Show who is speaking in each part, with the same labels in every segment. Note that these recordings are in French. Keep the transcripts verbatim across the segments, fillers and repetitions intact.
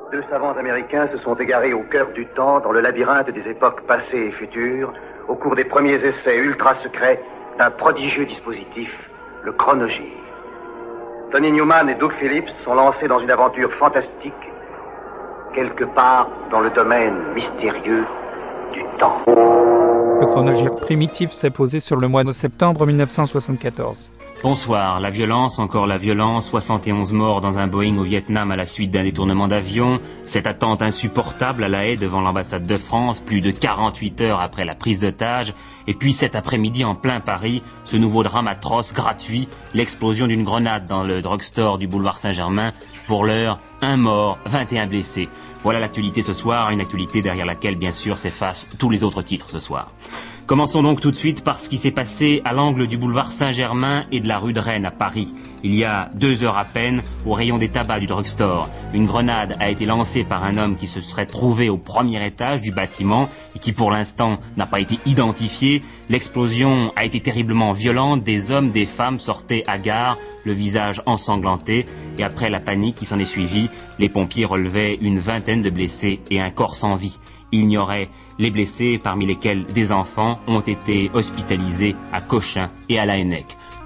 Speaker 1: Deux savants américains se sont égarés au cœur du temps, dans le labyrinthe des époques passées et futures, au cours des premiers essais ultra secrets d'un prodigieux dispositif, le chronogire. Tony Newman et Doug Phillips sont lancés dans une aventure fantastique, quelque part dans le domaine mystérieux du temps.
Speaker 2: Le chronogire primitif s'est posé sur le mois de septembre mille neuf cent soixante-quatorze.
Speaker 3: Bonsoir, la violence, encore la violence, soixante et onze morts dans un Boeing au Vietnam à la suite d'un détournement d'avion, cette attente insupportable à La Haye devant l'ambassade de France, plus de quarante-huit heures après la prise d'otage, et puis cet après-midi en plein Paris, ce nouveau drame atroce, gratuit, l'explosion d'une grenade dans le drugstore du boulevard Saint-Germain, pour l'heure, un mort, vingt et un blessés. Voilà l'actualité ce soir, une actualité derrière laquelle bien sûr s'effacent tous les autres titres ce soir. Commençons donc tout de suite par ce qui s'est passé à l'angle du boulevard Saint-Germain et de la rue de Rennes à Paris. Il y a deux heures à peine, au rayon des tabacs du drugstore, une grenade a été lancée par un homme qui se serait trouvé au premier étage du bâtiment et qui pour l'instant n'a pas été identifié. L'explosion a été terriblement violente, des hommes, des femmes sortaient hagards, le visage ensanglanté, et après la panique qui s'en est suivie, les pompiers relevaient une vingtaine de blessés et un corps sans vie. Il ignorait les blessés, parmi lesquels des enfants ont été hospitalisés à Cochin et à La Hennec.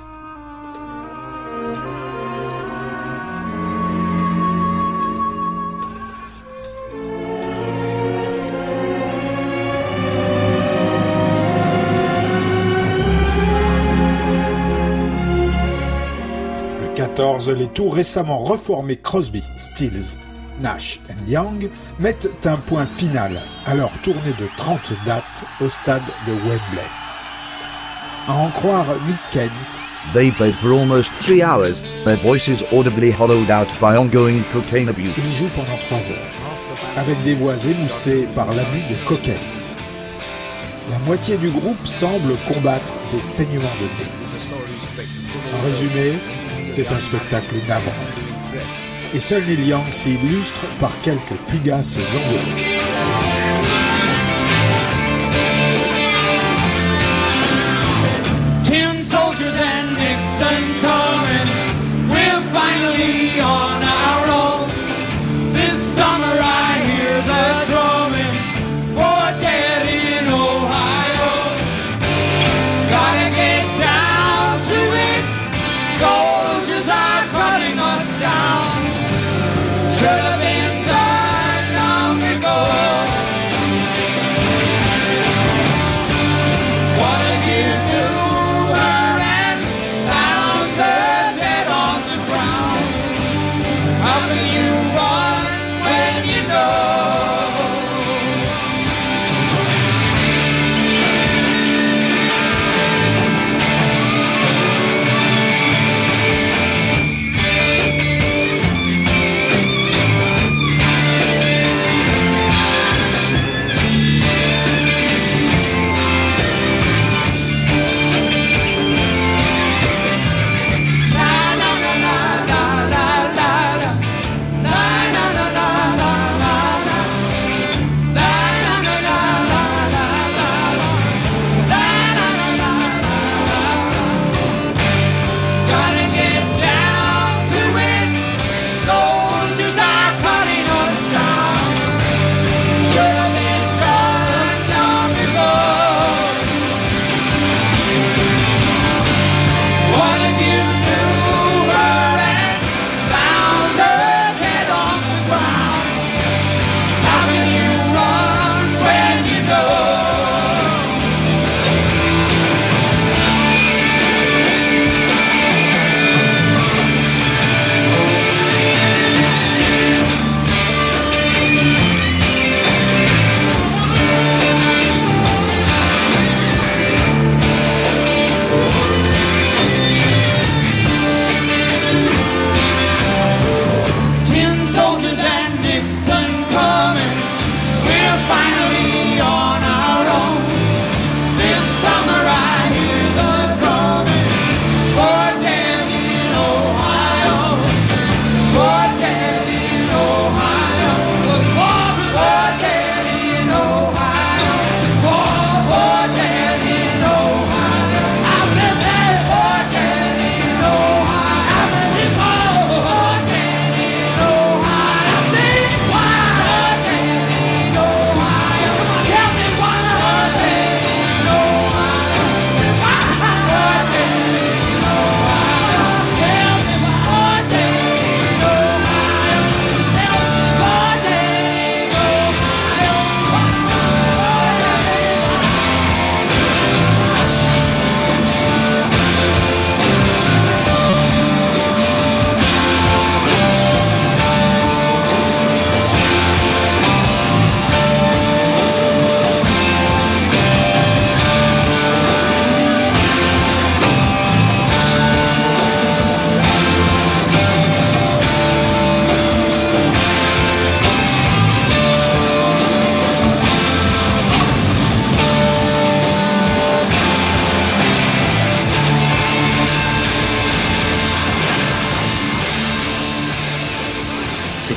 Speaker 4: Le quatorze, les tout récemment reformés Crosby, Stills, Nash et Young mettent un point final à leur tournée de trente dates au stade de Wembley. À en croire Nick Kent,
Speaker 5: they played for almost three hours, their voices audibly hollowed out by ongoing cocaine abuse.
Speaker 4: Ils jouent pendant trois heures, avec des voix émoussées par l'abus de cocaïne. La moitié du groupe semble combattre des saignements de nez. En résumé, c'est un spectacle navrant. Et seul Neil Young s'y illustre par quelques fugaces envolées.
Speaker 6: Tin soldiers and Nixon coming, we're finally on our own. This summer I hear the drumming for dead in Ohio. Gotta get down to it, soldiers are cutting us down. Should have been done long ago.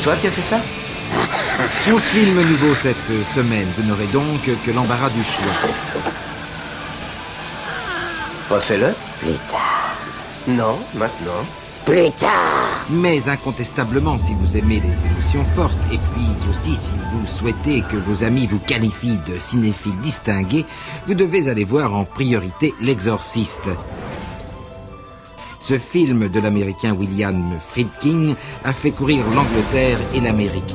Speaker 7: toi qui as fait ça?
Speaker 8: onze films nouveaux cette semaine. Vous n'aurez donc que l'embarras du choix.
Speaker 7: Refais-le.
Speaker 9: Plus tard.
Speaker 7: Non, maintenant.
Speaker 9: Plus tard.
Speaker 8: Mais incontestablement, si vous aimez les émotions fortes, et puis aussi si vous souhaitez que vos amis vous qualifient de cinéphiles distingués, vous devez aller voir en priorité L'Exorciste. Ce film de l'américain William Friedkin a fait courir l'Angleterre et l'Amérique.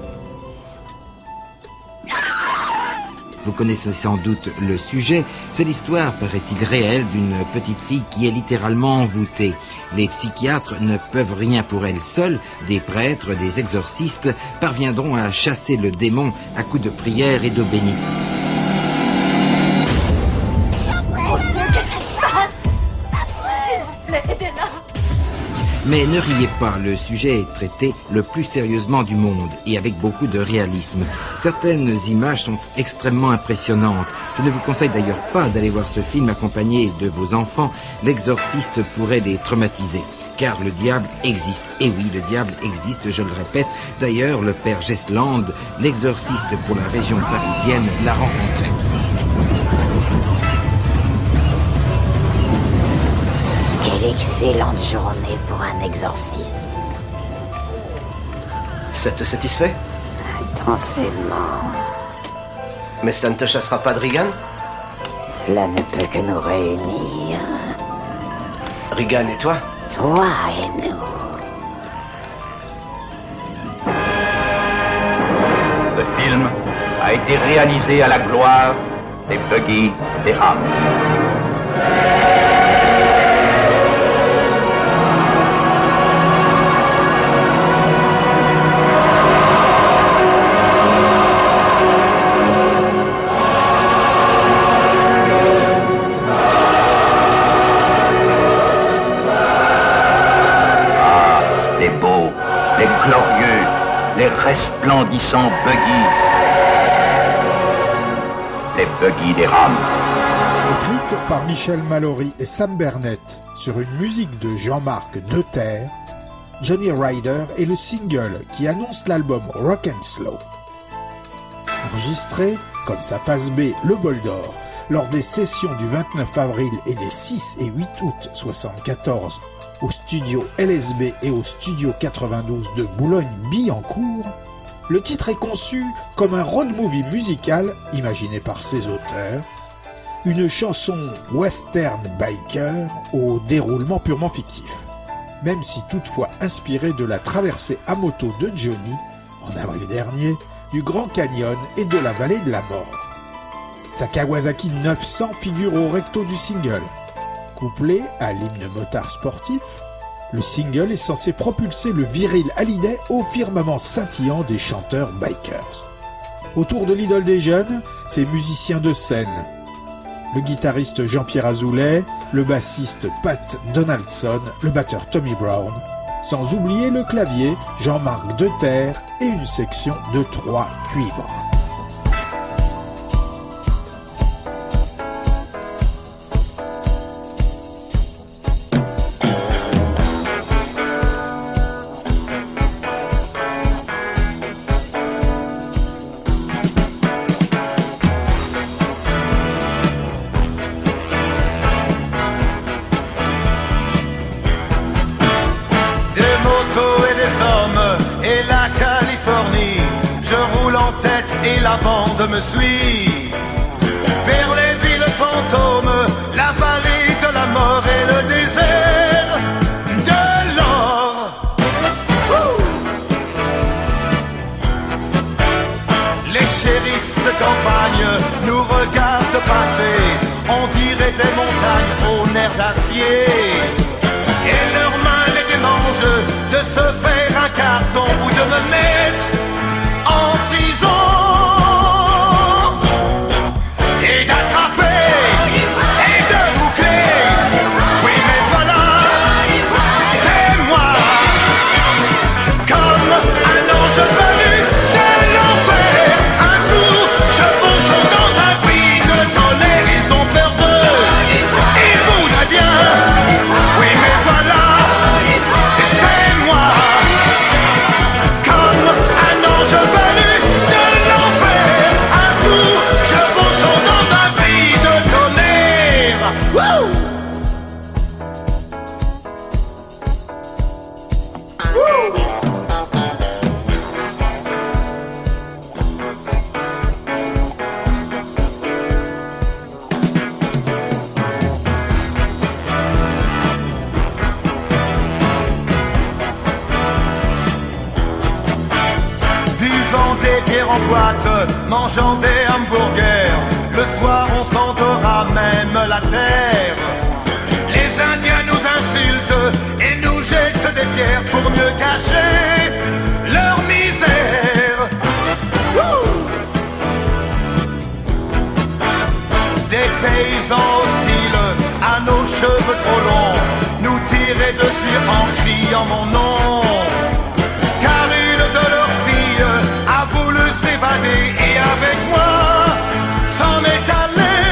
Speaker 8: Vous connaissez sans doute le sujet, c'est l'histoire, paraît-il, réelle d'une petite fille qui est littéralement envoûtée. Les psychiatres ne peuvent rien pour elle seule, des prêtres, des exorcistes parviendront à chasser le démon à coups de prière et d'eau bénite.
Speaker 9: Mon Dieu, qu'est-ce qui se passe? Ça brûle! Aidez-la!
Speaker 8: Mais ne riez pas, le sujet est traité le plus sérieusement du monde et avec beaucoup de réalisme. Certaines images sont extrêmement impressionnantes. Je ne vous conseille d'ailleurs pas d'aller voir ce film accompagné de vos enfants. L'exorciste pourrait les traumatiser. Car le diable existe. Et oui, le diable existe, je le répète. D'ailleurs, le père Gesland, l'exorciste pour la région parisienne, l'a rencontré.
Speaker 9: Quelle excellente journée pour un exorcisme.
Speaker 7: Ça te satisfait?
Speaker 9: Intensément.
Speaker 7: Mais ça ne te chassera pas de Regan?
Speaker 9: Cela ne peut que nous réunir.
Speaker 7: Regan et toi?
Speaker 9: Toi et nous.
Speaker 1: Ce film a été réalisé à la gloire des Buggy des Rams. Les glorieux, les resplendissants Buggy. Les Buggy des Rams.
Speaker 4: Écrite par Michel Mallory et Sam Burnett sur une musique de Jean-Marc Deuter, Johnny Rider est le single qui annonce l'album Rock and Slow. Enregistré, comme sa face B, le Bol d'Or, lors des sessions du vingt-neuf avril et des six et huit août soixante-quatorze au studio L S B et au studio quatre-vingt-douze de Boulogne-Billancourt, le titre est conçu comme un road movie musical imaginé par ses auteurs, une chanson western biker au déroulement purement fictif, même si toutefois inspiré de la traversée à moto de Johnny, en avril dernier, du Grand Canyon et de la vallée de la mort. Sa Kawasaki neuf cents figure au recto du single. Couplé à l'hymne motard sportif, le single est censé propulser le viril Hallyday au firmament scintillant des chanteurs bikers. Autour de l'idole des jeunes, ses musiciens de scène, le guitariste Jean-Pierre Azoulay, le bassiste Pat Donaldson, le batteur Tommy Brown, sans oublier le clavier Jean-Marc Deuter et une section de trois cuivres.
Speaker 6: La bande me suit vers les villes fantômes, la vallée de la mort et le désert de l'or. Ouh. Les shérifs de campagne nous regardent passer, on dirait des montagnes aux nerfs d'acier, et leurs mains les démangent de se faire un carton ou de me mettre en prison.
Speaker 10: Come
Speaker 6: buvant des bières en boîte, mangeant des hamburgers. Le soir on s'endort même la terre. Les Indiens nous insultent et nous jettent des pierres pour mieux cacher leur misère. Wouh! Des paysans hostiles à nos cheveux trop longs nous tiraient dessus en criant mon nom. Car une de leurs filles a voulu s'évader et avec moi s'en est allée.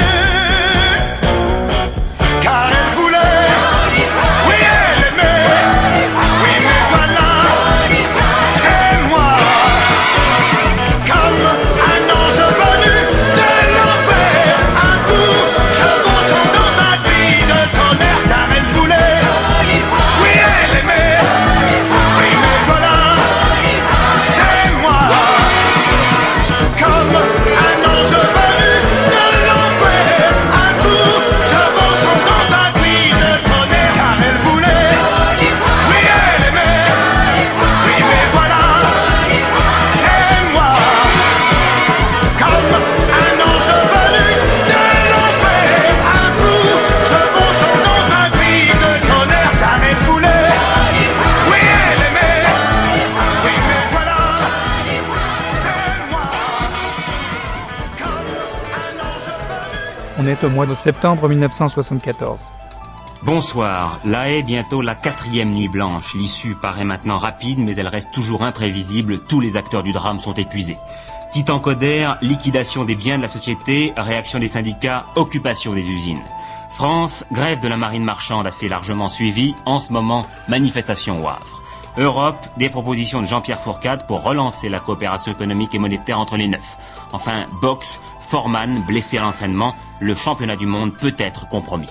Speaker 6: Car elle voulait, oui elle aimait, oui mais voilà, c'est moi. Comme un ange venu de l'enfer, un fou chevauchant dans un puits de tonnerre. Car elle voulait, oui elle aimait, oui mais voilà, c'est moi. Comme un ange venu de l'enfer, un fou chevauchant dans un puits de tonnerre. Car elle voulait, oui elle aimait, oui mais voilà, c'est moi. Comme un ange venu de l'enfer, un fou chevauchant dans un puits de tonnerre. Car elle voulait, oui elle aimait, oui mais voilà, c'est moi. Comme un ange venu.
Speaker 2: On est au mois de septembre mille neuf cent soixante-quatorze.
Speaker 3: Bonsoir. La Haye, bientôt la quatrième nuit blanche. L'issue paraît maintenant rapide, mais elle reste toujours imprévisible. Tous les acteurs du drame sont épuisés. Titan Coder, liquidation des biens de la société, réaction des syndicats, occupation des usines. France, grève de la marine marchande assez largement suivie. En ce moment, manifestation au Havre. Europe, des propositions de Jean-Pierre Fourcade pour relancer la coopération économique et monétaire entre les neufs. Enfin, boxe, Foreman, blessé à l'entraînement, le championnat du monde peut être compromis.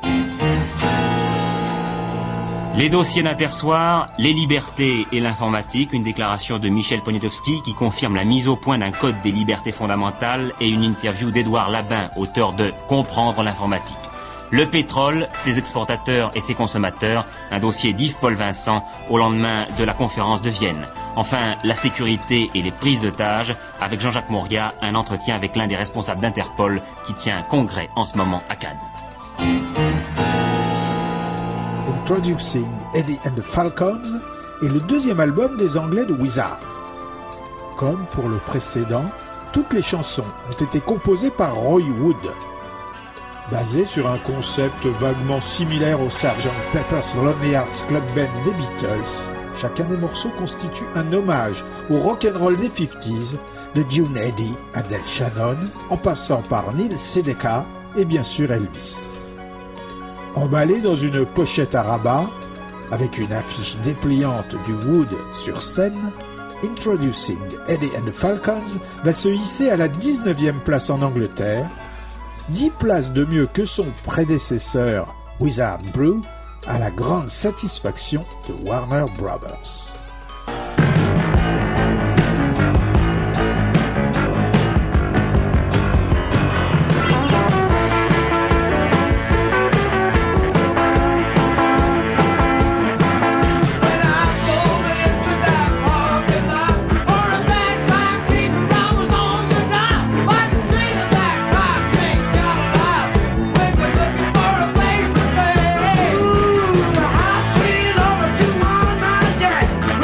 Speaker 3: Les dossiers d'Intersoir, les libertés et l'informatique, une déclaration de Michel Poniatowski qui confirme la mise au point d'un code des libertés fondamentales et une interview d'Édouard Labin, auteur de Comprendre l'informatique. Le pétrole, ses exportateurs et ses consommateurs, un dossier d'Yves-Paul Vincent au lendemain de la conférence de Vienne. Enfin, la sécurité et les prises d'otages, avec Jean-Jacques Mouria, un entretien avec l'un des responsables d'Interpol qui tient un congrès en ce moment à Cannes.
Speaker 4: Introducing Eddie and the Falcons est le deuxième album des Anglais de Wizard. Comme pour le précédent, toutes les chansons ont été composées par Roy Wood. Basé sur un concept vaguement similaire au sergeant Pepper's Lonely Hearts Club Band des Beatles, chacun des morceaux constitue un hommage au rock'n'roll des cinquantaines de June Eddy à Del Shannon, en passant par Neil Sedaka et bien sûr Elvis. Emballé dans une pochette à rabat, avec une affiche dépliante du Wood sur scène, Introducing Eddie and the Falcons va se hisser à la dix-neuvième place en Angleterre, dix places de mieux que son prédécesseur Wizard Brew, à la grande satisfaction de Warner Brothers.
Speaker 10: Ooh, hot tree over to my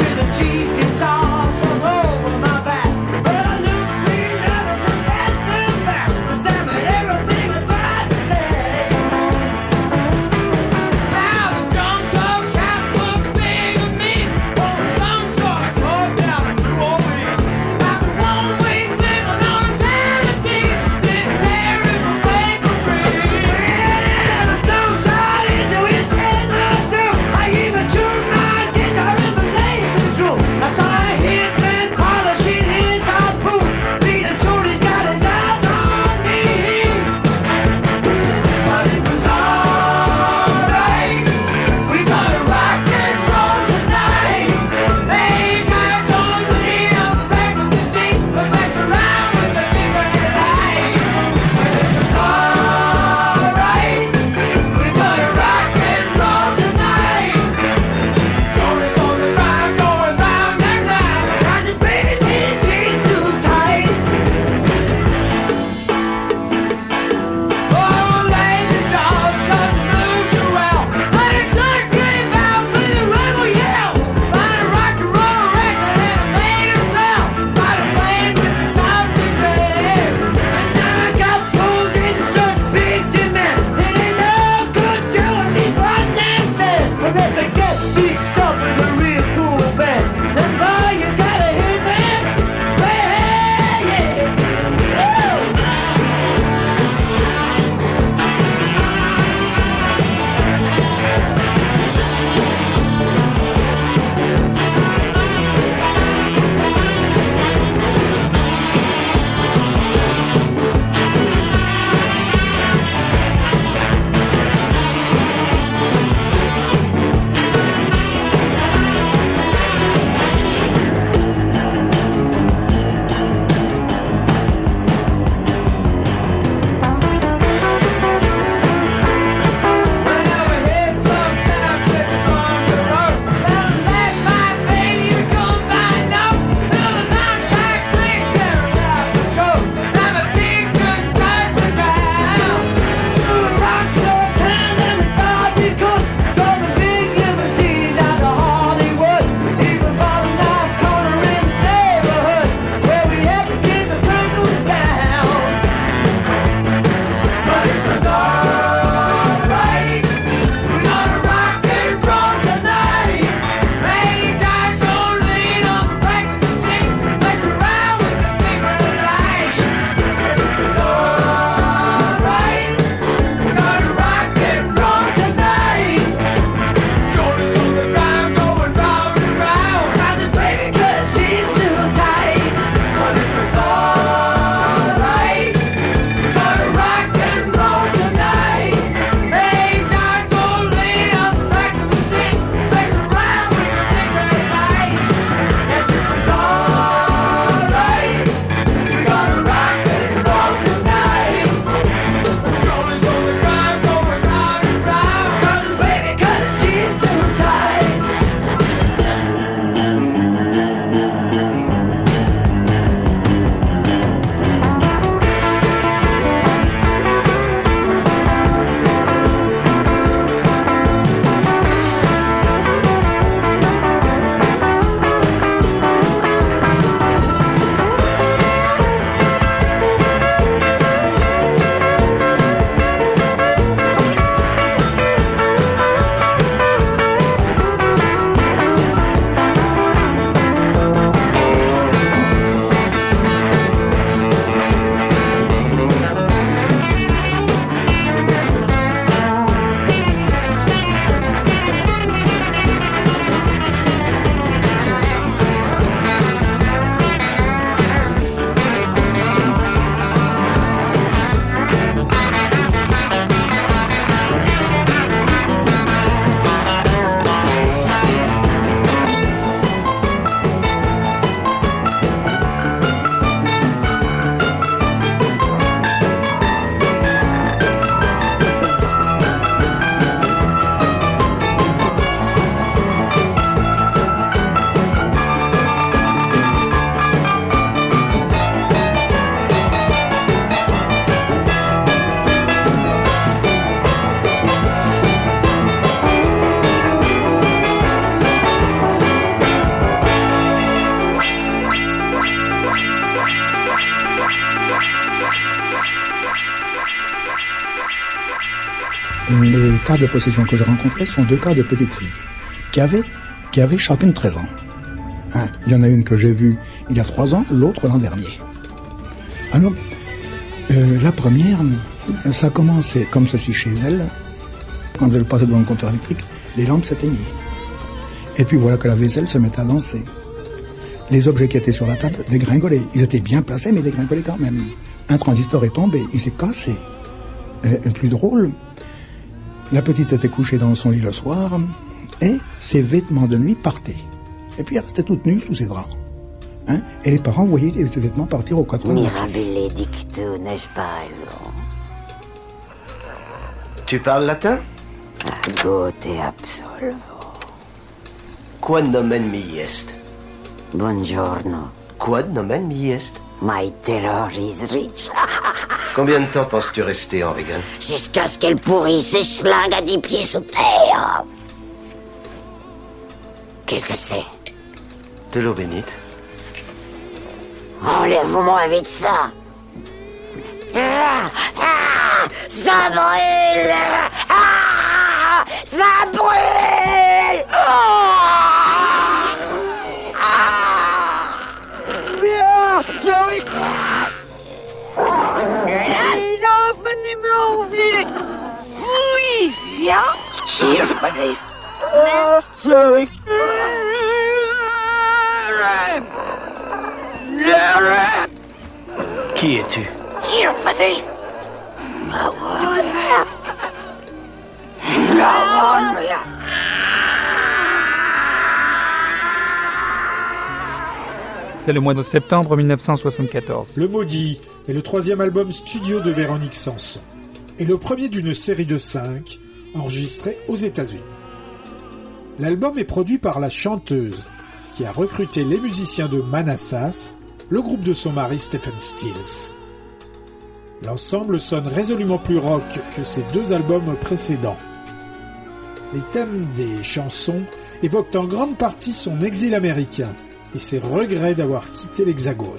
Speaker 10: Les cas de possession que j'ai rencontrés sont deux cas de petites filles qui avaient, qui avaient chacune treize ans. Hein, il y en a une que j'ai vue il y a trois ans, l'autre l'an dernier. Alors, euh, la première, ça a commencé comme ceci chez elle. Quand elle passait devant le compteur électrique, les lampes s'éteignaient. Et puis voilà que la vaisselle se mettait à danser. Les objets qui étaient sur la table dégringolaient. Ils étaient bien placés, mais dégringolaient quand même. Un transistor est tombé, il s'est cassé. Et, et plus drôle, la petite était couchée dans son lit le soir, et ses vêtements de nuit partaient. Et puis elle restait toute nue sous ses draps. Hein, et les parents voyaient ses vêtements partir aux quatre coins.
Speaker 11: Mirabile dictu, n'ai-je pas raison?
Speaker 7: Tu parles latin?
Speaker 11: Gote absolvo.
Speaker 7: Quod nomen mi est?
Speaker 11: Buongiorno.
Speaker 7: Quod nomen mi est?
Speaker 11: My terror is rich.
Speaker 7: Combien de temps penses-tu rester en Reagan?
Speaker 11: Jusqu'à ce qu'elle pourrisse ses schlingues à dix pieds sous terre. Qu'est-ce que c'est?
Speaker 7: De l'eau bénite.
Speaker 11: Enlève-moi vite ça. Ah, ah, ça brûle. Ah, ça brûle. Ah, ah.
Speaker 12: numéro filet. Oui, tiens. Cheers, buddy. Sorry.
Speaker 7: Qui es-tu?
Speaker 12: Cheers, buddy. Ma one. Ma one.
Speaker 2: C'est le mois de septembre mille neuf cent soixante-quatorze.
Speaker 4: Le Maudit est le troisième album studio de Véronique Sanson et le premier d'une série de cinq enregistrés aux États-Unis. L'album est produit par la chanteuse qui a recruté les musiciens de Manassas, le groupe de son mari Stephen Stills. L'ensemble sonne résolument plus rock que ses deux albums précédents. Les thèmes des chansons évoquent en grande partie son exil américain et ses regrets d'avoir quitté l'Hexagone.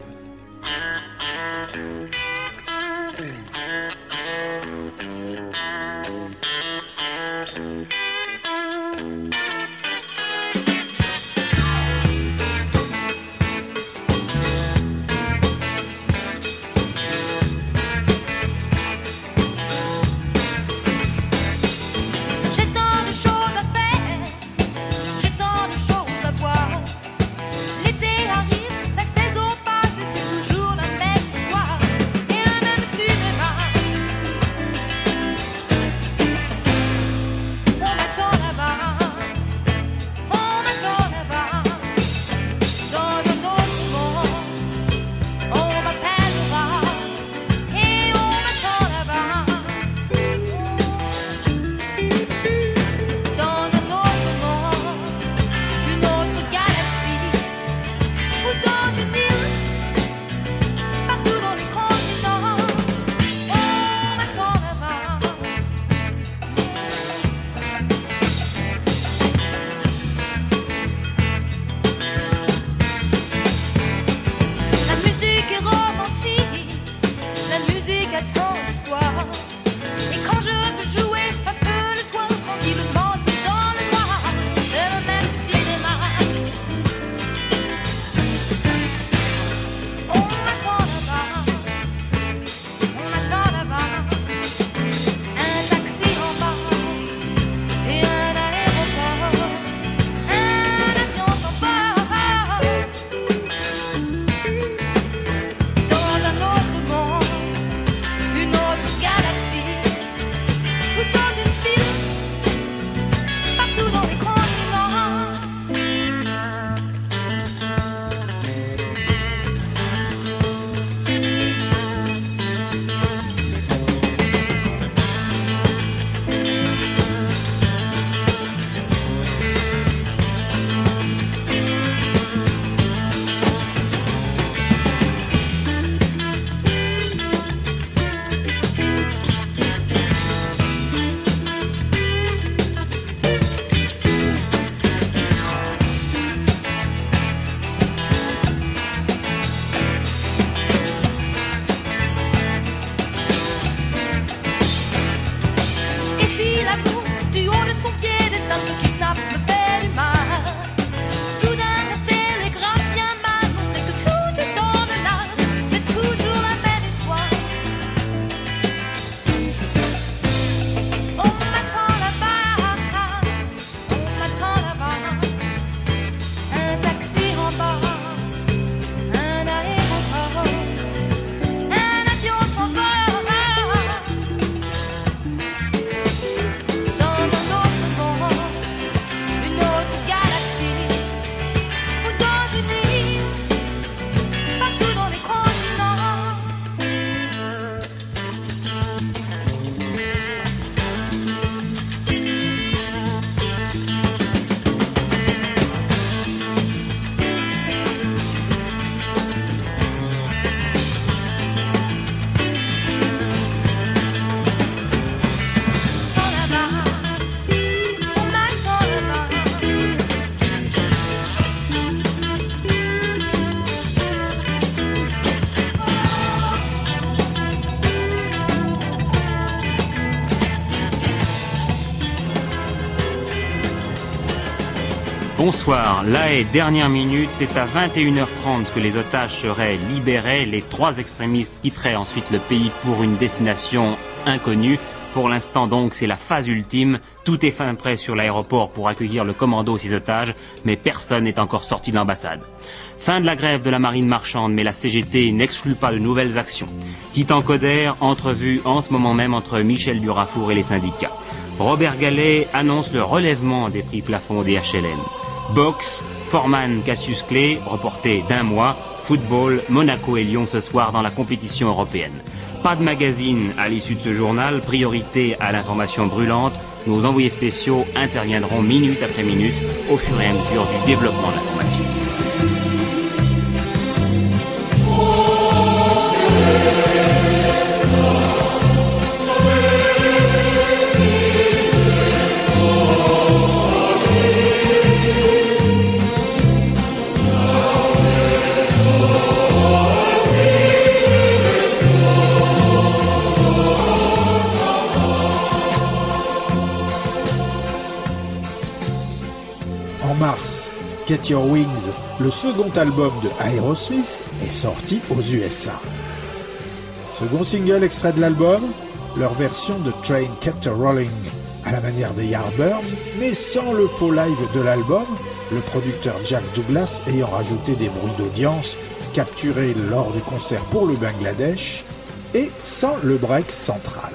Speaker 13: Galaxie.
Speaker 3: Bonsoir. La Haye, dernière minute, c'est à vingt et une heures trente que les otages seraient libérés. Les trois extrémistes quitteraient ensuite le pays pour une destination inconnue. Pour l'instant donc, c'est la phase ultime. Tout est fin prêt sur l'aéroport pour accueillir le commando aux six otages, mais personne n'est encore sorti de l'ambassade. Fin de la grève de la marine marchande, mais la C G T n'exclut pas de nouvelles actions. Titan Coder, entrevue en ce moment même entre Michel Durafour et les syndicats. Robert Gallet annonce le relèvement des prix plafonds des H L M. Boxe, Foreman Cassius Clay, reporté d'un mois. Football, Monaco et Lyon ce soir dans la compétition européenne. Pas de magazine à l'issue de ce journal, priorité à l'information brûlante. Nos envoyés spéciaux interviendront minute après minute au fur et à mesure du développement de l'information.
Speaker 4: En mars, Get Your Wings, le second album de Aerosmith, est sorti aux U S A. Second single extrait de l'album, leur version de Train Kept A-Rolling, à la manière des Yardbirds, mais sans le faux live de l'album, le producteur Jack Douglas ayant rajouté des bruits d'audience capturés lors du concert pour le Bangladesh, et sans le break central.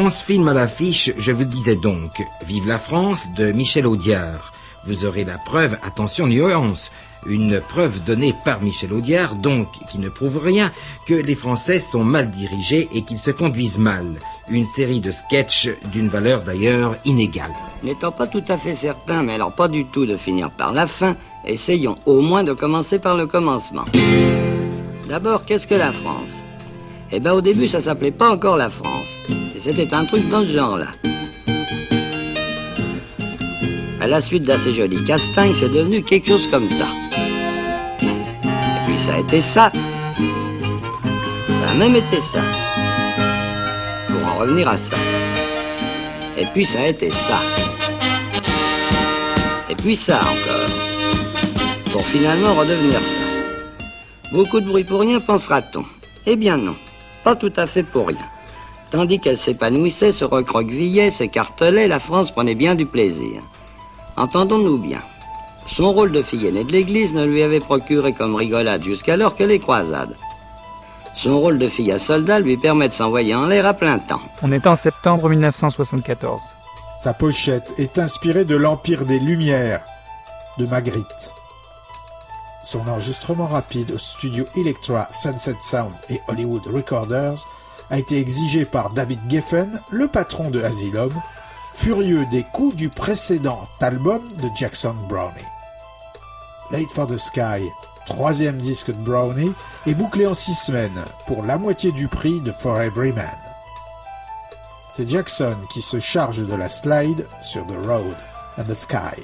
Speaker 8: France Film à l'affiche, je vous disais donc, Vive la France de Michel Audiard. Vous aurez la preuve, attention nuance, une preuve donnée par Michel Audiard, donc qui ne prouve rien, que les Français sont mal dirigés et qu'ils se conduisent mal. Une série de sketchs d'une valeur d'ailleurs inégale.
Speaker 13: N'étant pas tout à fait certain, mais alors pas du tout de finir par la fin, essayons au moins de commencer par le commencement. D'abord, qu'est-ce que la France? Eh ben au début, ça s'appelait pas encore la France. Et c'était un truc dans ce genre-là. À la suite d'assez jolis castagnes, c'est devenu quelque chose comme ça. Et puis ça a été ça. Ça a même été ça. Pour en revenir à ça. Et puis ça a été ça. Et puis ça encore. Pour finalement redevenir ça. Beaucoup de bruit pour rien, pensera-t-on. Eh bien non, pas tout à fait pour rien. Tandis qu'elle s'épanouissait, se recroquevillait, s'écartelait, la France prenait bien du plaisir. Entendons-nous bien. Son rôle de fille aînée de l'église ne lui avait procuré comme rigolade jusqu'alors que les croisades. Son rôle de fille à soldat lui permet de s'envoyer en l'air à plein temps.
Speaker 2: On est en septembre mille neuf cent soixante-quatorze.
Speaker 4: Sa pochette est inspirée de l'Empire des Lumières de Magritte. Son enregistrement rapide au studio Elektra, Sunset Sound et Hollywood Recorders a été exigé par David Geffen, le patron de Asylum, furieux des coups du précédent album de Jackson Brownie. Late for the Sky, troisième disque de Brownie, est bouclé en six semaines pour la moitié du prix de For Every Man. C'est Jackson qui se charge de la slide sur The Road and the Sky.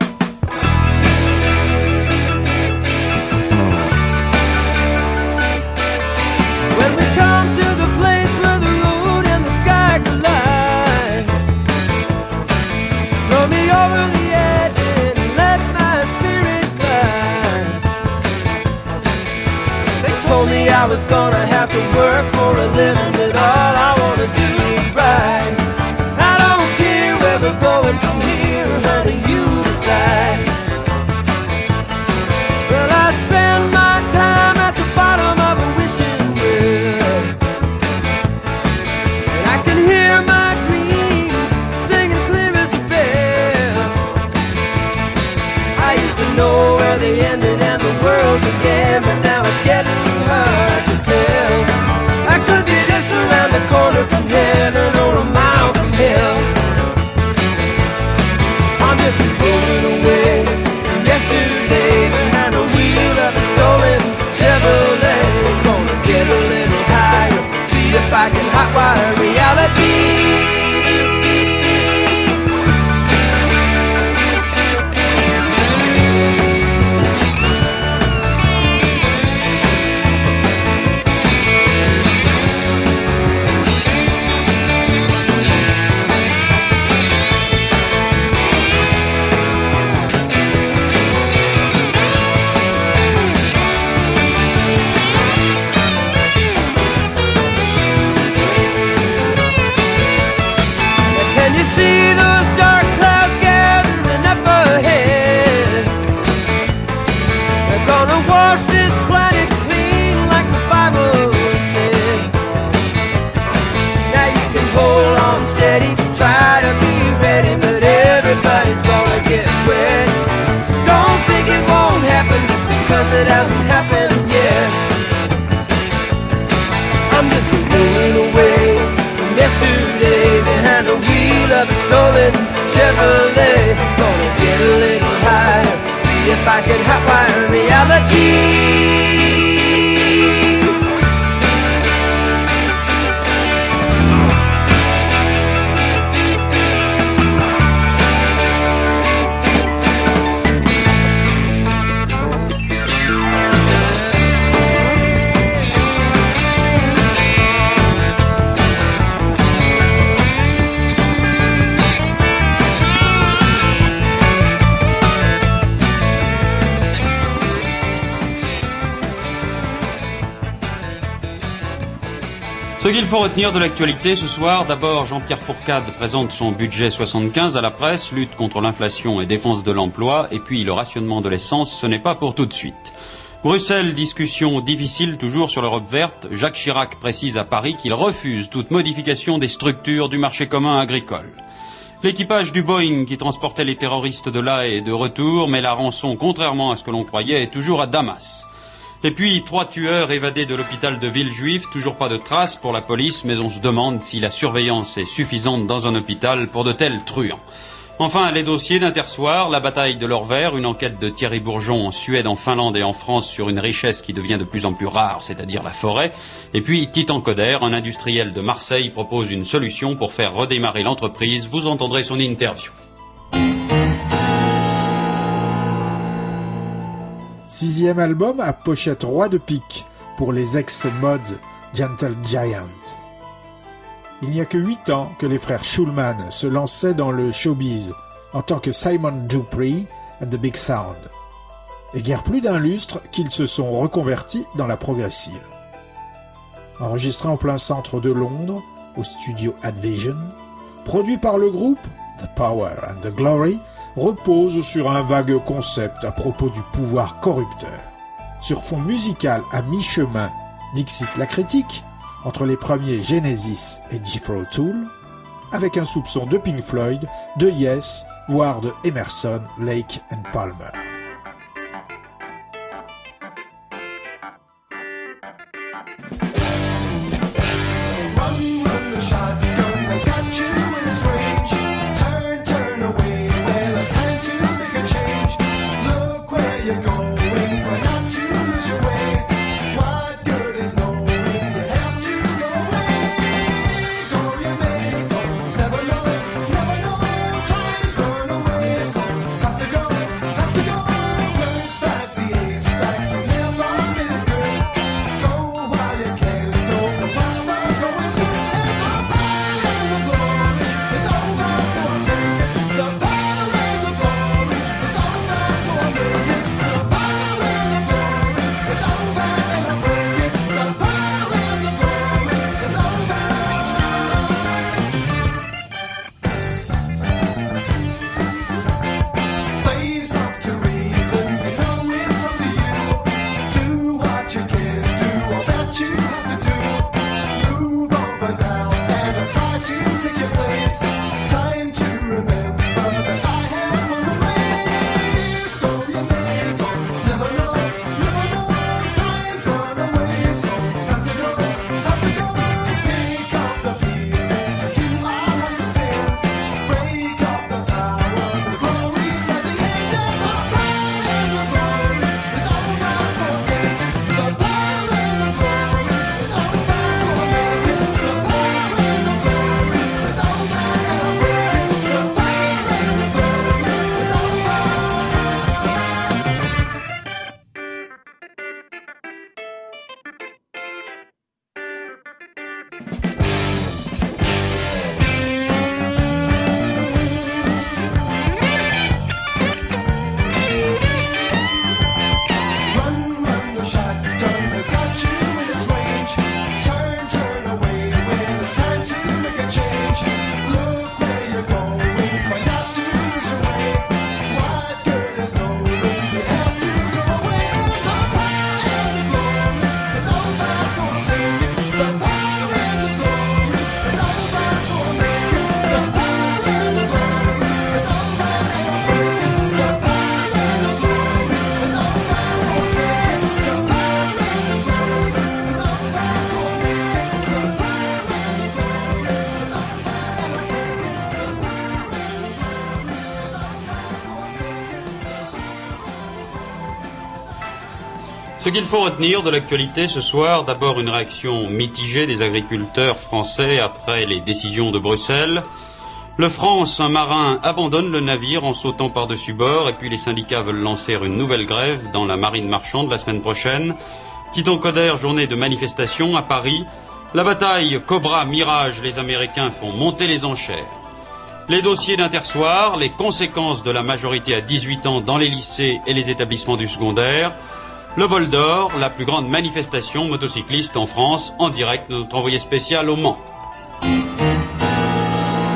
Speaker 14: When we come to the place where the road and the sky collide, throw me over the edge and let my spirit fly. They told me I was gonna have to work for a living, but all I wanna do is ride. I don't care where we're going from here, honey, you decide. Well, I spend my time at the bottom of a wishing well, and I can hear my dreams singing clear as a bell. I used to know where they ended and the world began, but now it's getting hard to tell. I could be just around the corner from heaven or a mile from hell. I'm just rolling away from yesterday behind the wheel of a stolen Chevrolet. Gonna get a little higher, see if I can hotwire reality. See those dark clouds gathering up ahead. They're gonna wash this planet clean like the Bible said. Now you can hold on steady, try to be ready, but everybody's gonna get wet. Don't think it won't happen just because it hasn't happened yet. I'm just rolling away from yesterday behind the wheel of a stolen Chevrolet. Gonna get a little higher, see if I can hotwire reality.
Speaker 15: Ce qu'il faut retenir de l'actualité ce soir, d'abord Jean-Pierre Fourcade présente son budget soixante-quinze à la presse, lutte contre l'inflation et défense de l'emploi, et puis le rationnement de l'essence, ce n'est pas pour tout de suite. Bruxelles, discussion difficile toujours sur l'Europe verte. Jacques Chirac précise à Paris qu'il refuse toute modification des structures du marché commun agricole. L'équipage du Boeing qui transportait les terroristes de là est de retour, mais la rançon, contrairement à ce que l'on croyait, est toujours à Damas. Et puis, trois tueurs évadés de l'hôpital de Villejuif, toujours pas de traces pour la police, mais on se demande si la surveillance est suffisante dans un hôpital pour de tels truands. Enfin, les dossiers d'Intersoir, la bataille de l'or vert, une enquête de Thierry Bourgeon en Suède, en Finlande et en France sur une richesse qui devient de plus en plus rare, c'est-à-dire la forêt. Et puis, Titan Coder, un industriel de Marseille, propose une solution pour faire redémarrer l'entreprise. Vous entendrez son interview.
Speaker 4: Sixième album à pochette roi de pique pour les ex-mods Gentle Giant. Il n'y a que huit ans que les frères Schulman se lançaient dans le showbiz en tant que Simon Dupree and the Big Sound. Et guère plus d'un lustre qu'ils se sont reconvertis dans la progressive. Enregistré en plein centre de Londres, au studio Advision, produit par le groupe, The Power and the Glory repose sur un vague concept à propos du pouvoir corrupteur. Sur fond musical à mi-chemin, dixit la critique, entre les premiers Genesis et Jethro Tull, avec un soupçon de Pink Floyd, de Yes, voire de Emerson, Lake and Palmer.
Speaker 15: Ce qu'il faut retenir de l'actualité ce soir, d'abord une réaction mitigée des agriculteurs français après les décisions de Bruxelles. Le France, un marin, abandonne le navire en sautant par-dessus bord, et puis les syndicats veulent lancer une nouvelle grève dans la marine marchande la semaine prochaine. Titan Coder, journée de manifestation à Paris. La bataille Cobra Mirage, les Américains font monter les enchères. Les dossiers d'Intersoir, les conséquences de la majorité à dix-huit ans dans les lycées et les établissements du secondaire. Le Vol d'Or, la plus grande manifestation motocycliste en France, en direct de notre envoyé spécial au Mans.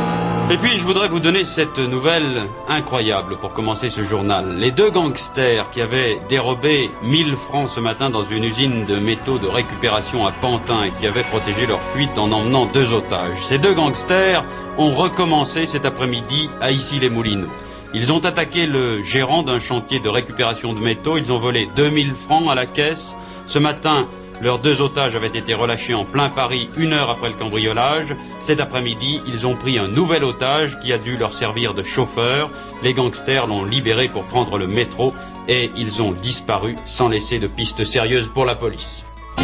Speaker 15: Et puis je voudrais vous donner cette nouvelle incroyable pour commencer ce journal. Les deux gangsters qui avaient dérobé mille francs ce matin dans une usine de métaux de récupération à Pantin et qui avaient protégé leur fuite en emmenant deux otages. Ces deux gangsters ont recommencé cet après-midi à Issy-les-Moulineaux. Ils ont attaqué le gérant d'un chantier de récupération de métaux, ils ont volé deux mille francs à la caisse. Ce matin, leurs deux otages avaient été relâchés en plein Paris une heure après le cambriolage. Cet après-midi, ils ont pris un nouvel otage qui a dû leur servir de chauffeur. Les gangsters l'ont libéré pour prendre le métro et ils ont disparu sans laisser de piste sérieuse pour la police.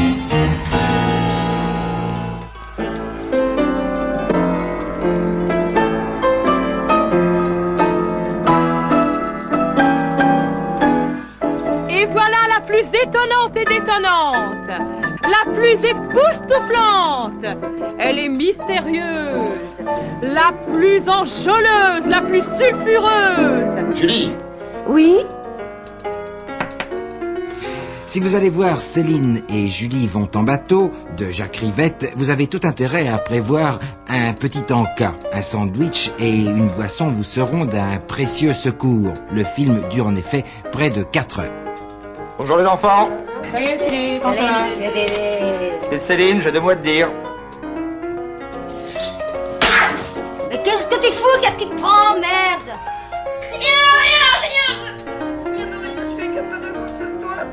Speaker 16: Étonnante et détonnante, la plus époustouflante, elle est mystérieuse, la plus enjôleuse, la plus sulfureuse.
Speaker 8: Julie.
Speaker 16: Oui.
Speaker 8: Si vous allez voir Céline et Julie vont en bateau de Jacques Rivette, vous avez tout intérêt à prévoir un petit encas, un sandwich et une boisson vous seront d'un précieux secours. Le film dure en effet près de quatre heures.
Speaker 17: Bonjour les enfants.
Speaker 16: Salut Céline, comment ça va?
Speaker 17: C'est Céline, j'ai deux mots à te dire.
Speaker 9: Mais qu'est-ce que tu fous? Qu'est-ce qui te prend, merde? Rien, rien, rien. Rien de rien, je suis incapable de quoi que ce soit.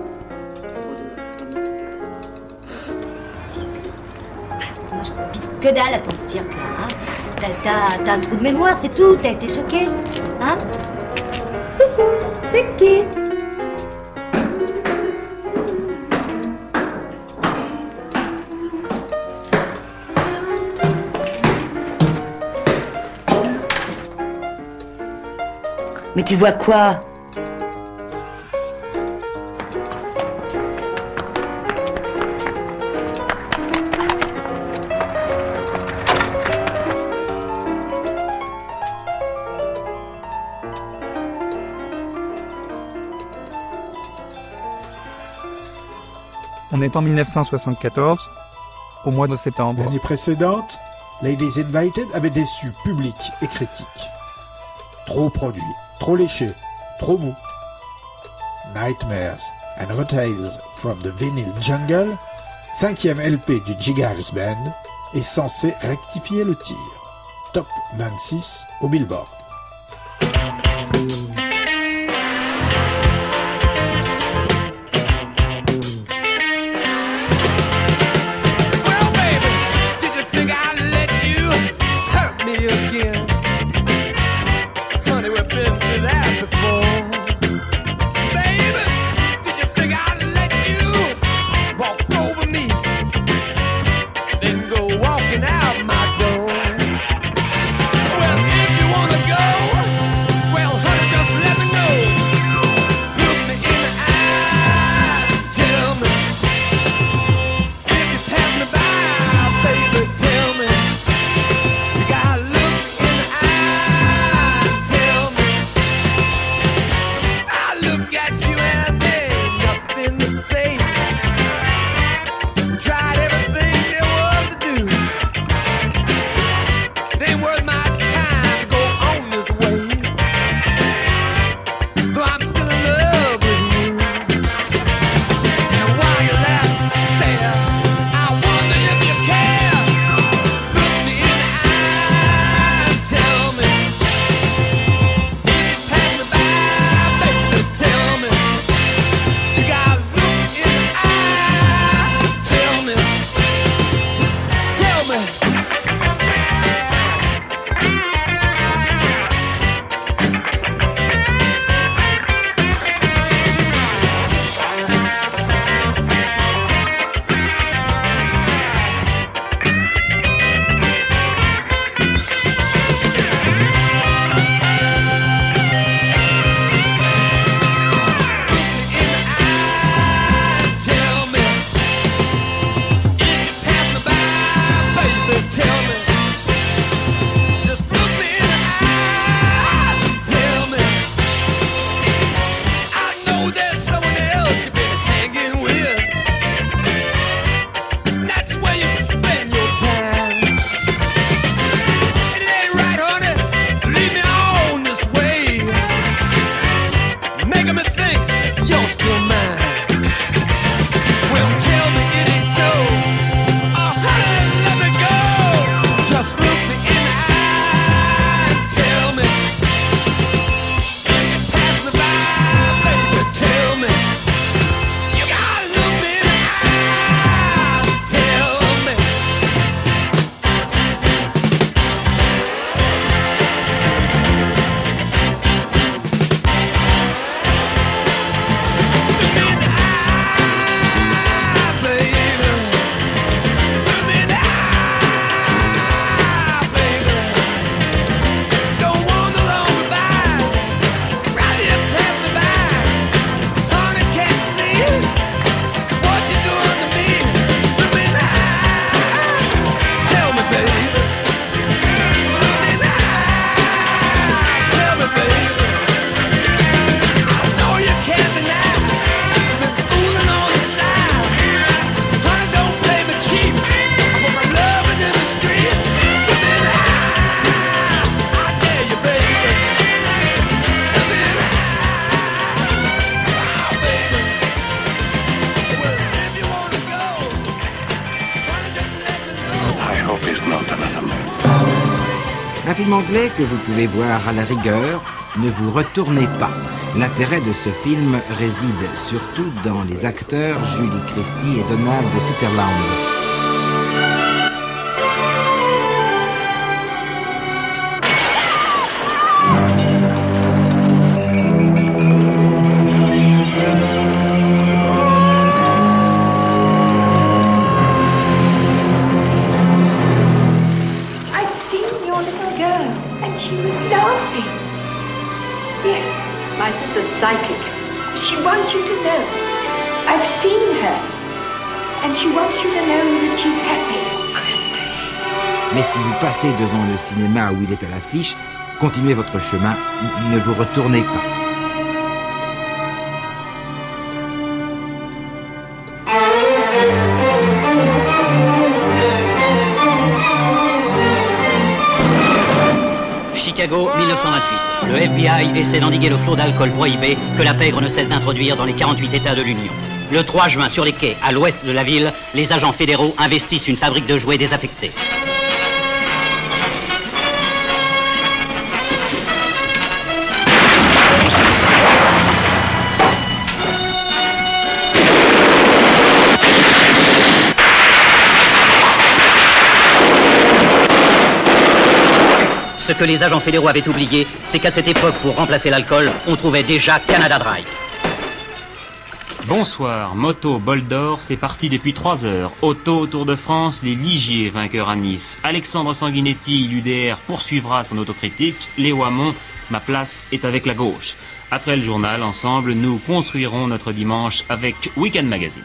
Speaker 9: Moi, je pite que dalle à ton cirque, là, hein. T'as, t'as, t'as un trou de mémoire, c'est tout. T'as été choqué, hein? C'est qui? Mais tu vois quoi?
Speaker 2: On est en mille neuf cent soixante-quatorze, au mois de septembre.
Speaker 4: L'année précédente, Ladies Invited avait déçu public et critique. Trop produit, trop léché, trop mou. Nightmares and Other Tales from the Vinyl Jungle, cinquième L P du Jiggers Band, est censé rectifier le tir. Top vingt-six au Billboard.
Speaker 6: Walking out my door. Well, if you wanna go
Speaker 8: film anglais que vous pouvez voir à la rigueur, Ne vous retournez pas. L'intérêt de ce film réside surtout dans les acteurs Julie Christie et Donald Sutherland.
Speaker 18: Psychic. She wants you to know. I've seen her. And she wants you to know that she's happy. Christy.
Speaker 8: Mais si vous passez devant le cinéma où il est à l'affiche, continuez votre chemin, ne vous retournez pas.
Speaker 19: Chicago, mille neuf cent vingt-huit. Le F B I essaie d'endiguer le flot d'alcool prohibé que la pègre ne cesse d'introduire dans les quarante-huit États de l'Union. Le trois juin, sur les quais, à l'ouest de la ville, les agents fédéraux investissent une fabrique de jouets désaffectée. Ce que les agents fédéraux avaient oublié, c'est qu'à cette époque, pour remplacer l'alcool, on trouvait déjà Canada Dry.
Speaker 3: Bonsoir, Moto Bol d'Or, c'est parti depuis trois heures. Auto Tour de France, les Ligiers vainqueurs à Nice. Alexandre Sanguinetti, l'U D R, poursuivra son autocritique. Léo Hamon, ma place est avec la gauche. Après le journal, ensemble, nous construirons notre dimanche avec Weekend Magazine.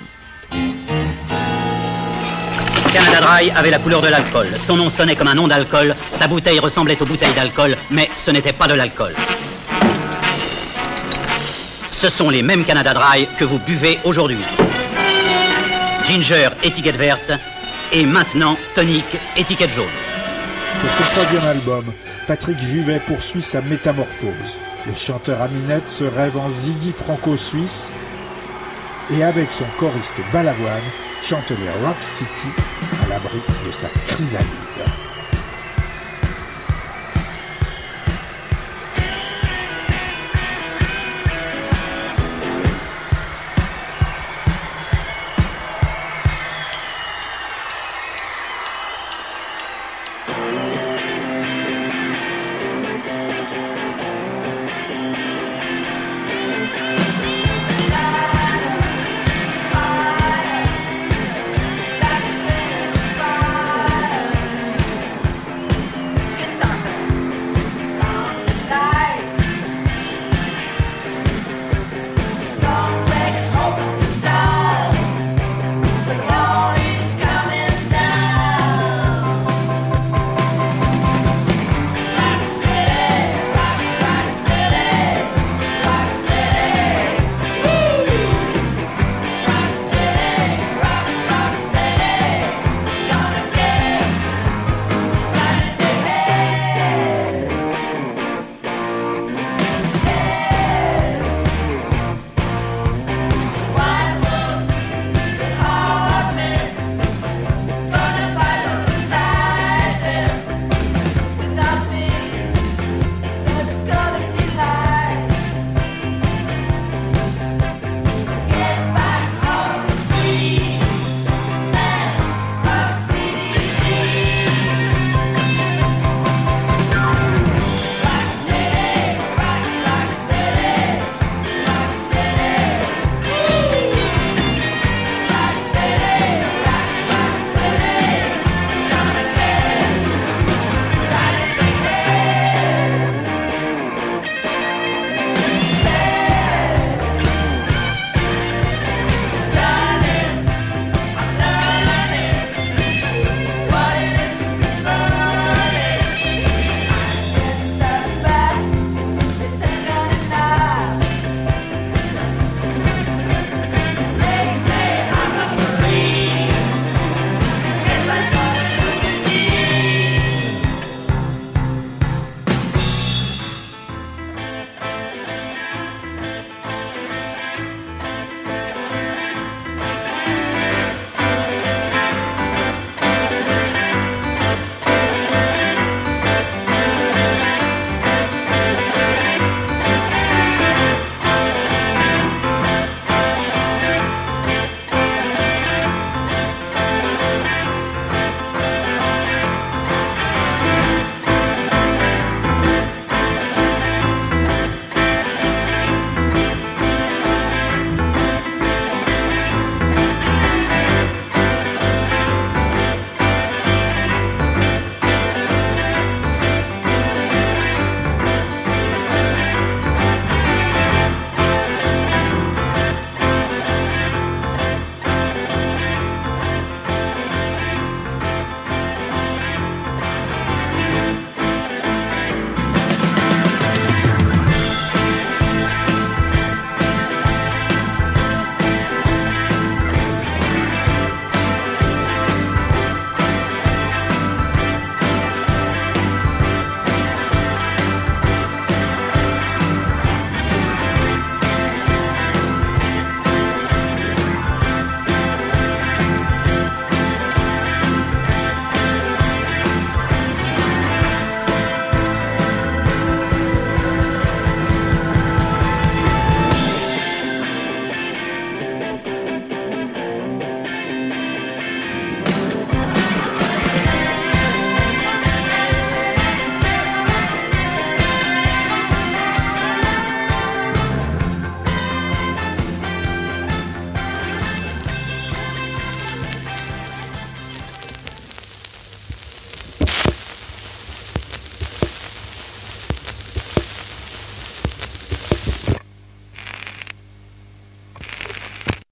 Speaker 19: Canada Dry avait la couleur de l'alcool. Son nom sonnait comme un nom d'alcool. Sa bouteille ressemblait aux bouteilles d'alcool, mais ce n'était pas de l'alcool. Ce sont les mêmes Canada Dry que vous buvez aujourd'hui. Ginger, étiquette verte, et maintenant tonic, étiquette jaune.
Speaker 4: Pour ce troisième album, Patrick Juvet poursuit sa métamorphose. Le chanteur à minette se rêve en Ziggy franco-suisse et avec son choriste Balavoine chante les Rock City à l'abri de sa chrysalide.